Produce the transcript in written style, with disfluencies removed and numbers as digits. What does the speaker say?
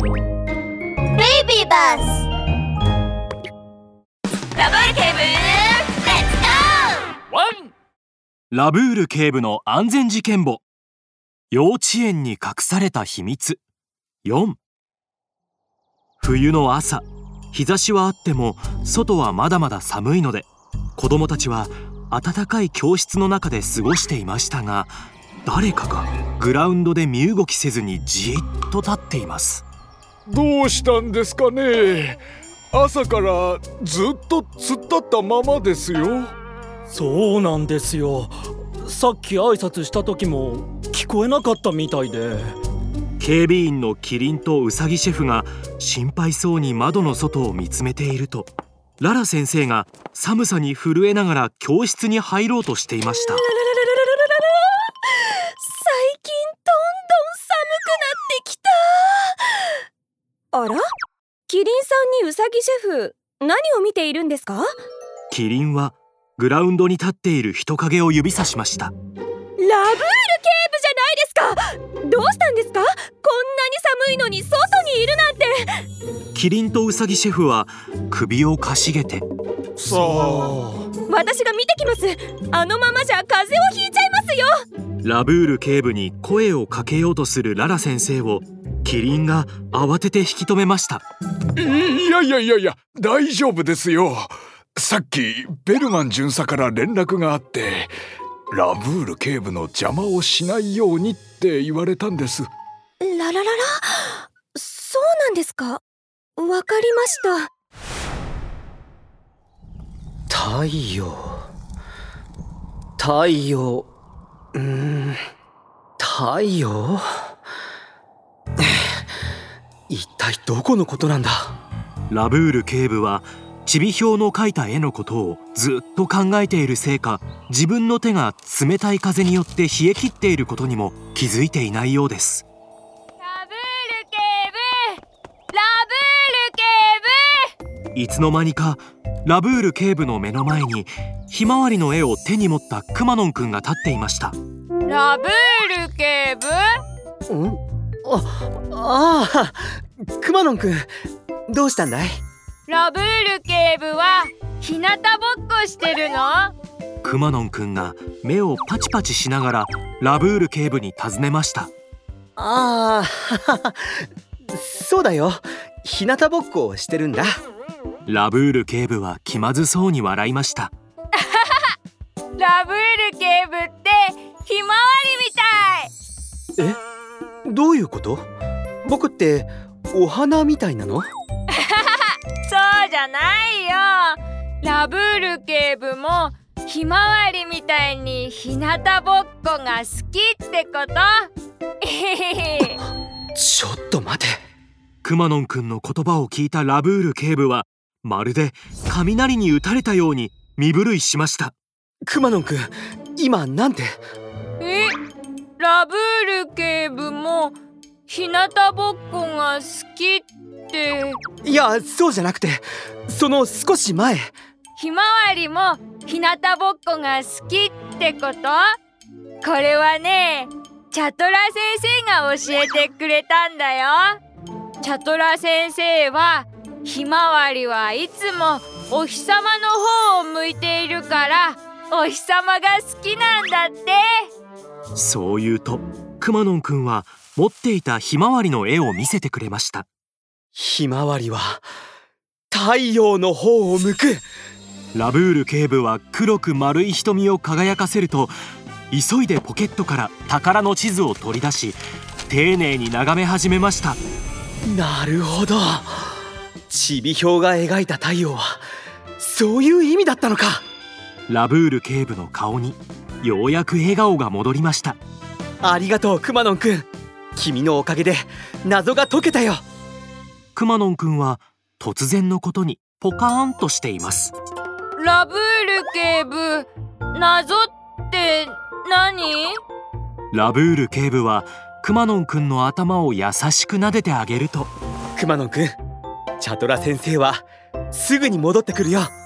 ベイビーバス。ラブール警部、レッツゴー。 ワン。ラブール警部の安全事件簿。幼稚園に隠された秘密。4。冬の朝、日差しはあっても外はまだまだ寒いので、子供たちは暖かい教室の中で過ごしていましたが、誰かがグラウンドで身動きせずにじーっと立っています。 どうしたんですかね。朝からずっと突っ立ったままですよ。 そうなんですよ。さっき挨拶した時も聞こえなかったみたいで。 警備員のキリンとウサギシェフが心配そうに窓の外を見つめていると、ララ先生が寒さに震えながら教室に入ろうとしていました。 最近どんどん寒くなってきた。あら、キリンさんにウサギシェフ、何を見ているんですか？ キリンはグラウンドに立っている人影を指さしました。 ラブール警部じゃないですか。どうしたんですか？こんなに寒いのに外にいるなんて。 キリンとウサギシェフは首をかしげて、 さあ、 私が見てきます。あのままじゃ風邪をひいちゃいますよ。 ラブール警部に声をかけようとするララ先生をキリンが慌てて引き止めました。 いや、大丈夫ですよ。さっきベルマン巡査から連絡があって、ラブール警部の邪魔をしないようにって言われたんです。 ララララ、そうなんですか。わかりました。 太陽、太陽、太陽一体どこのことなんだ。 ラブール警部はちびひょうの描いた絵のことをずっと考えているせいか、自分の手が冷たい風によって冷え切っていることにも気づいていないようです。 ラブール警部、ラブール警部。 いつの間にかラブール警部の目の前にひまわりの絵を手に持ったくまのんくんが立っていました。 ラブール警部。 くまのんくん、どうしたんだい？ ラブール警部は日向ぼっこしてるの？ くまのんくんが目をパチパチしながらラブール警部に尋ねました。 そうだよ、日向ぼっこをしてるんだ。 ラブール警部は気まずそうに笑いました。 ラブール警部ってひまわりみたい。 どういうこと？僕ってお花みたいなの？ そうじゃないよ。ラブール警部もひまわりみたいに日向ぼっこが好きってこと。 ちょっと待て。 くまのんくんの言葉を聞いたラブール警部はまるで雷に打たれたように身震いしました。 くまのんくん、今なんて？ ラブール警部も日向ぼっこが好きって。 いや、そうじゃなくて、その少し前。 ひまわりも日向ぼっこが好きってこと？これはね、チャトラ先生が教えてくれたんだよ。チャトラ先生はひまわりはいつもお日様の方を向いているからお日様が好きなんだって。 そう言うとくまのんくんは持っていたひまわりの絵を見せてくれました。 ひまわりは太陽の方を向く。 ラブール警部は黒く丸い瞳を輝かせると、急いでポケットから宝の地図を取り出し丁寧に眺め始めました。 なるほど、ちびひょうが描いた太陽はそういう意味だったのか。 ラブール警部の顔にようやく笑顔が戻りました。 ありがとうくまのんくん、君のおかげで謎が解けたよ。 くまのんくんは突然のことにポカーンとしています。 ラブール警部、謎って何？ ラブール警部はくまのんくんの頭を優しく撫でてあげると、 くまのんくん、チャトラ先生はすぐに戻ってくるよ。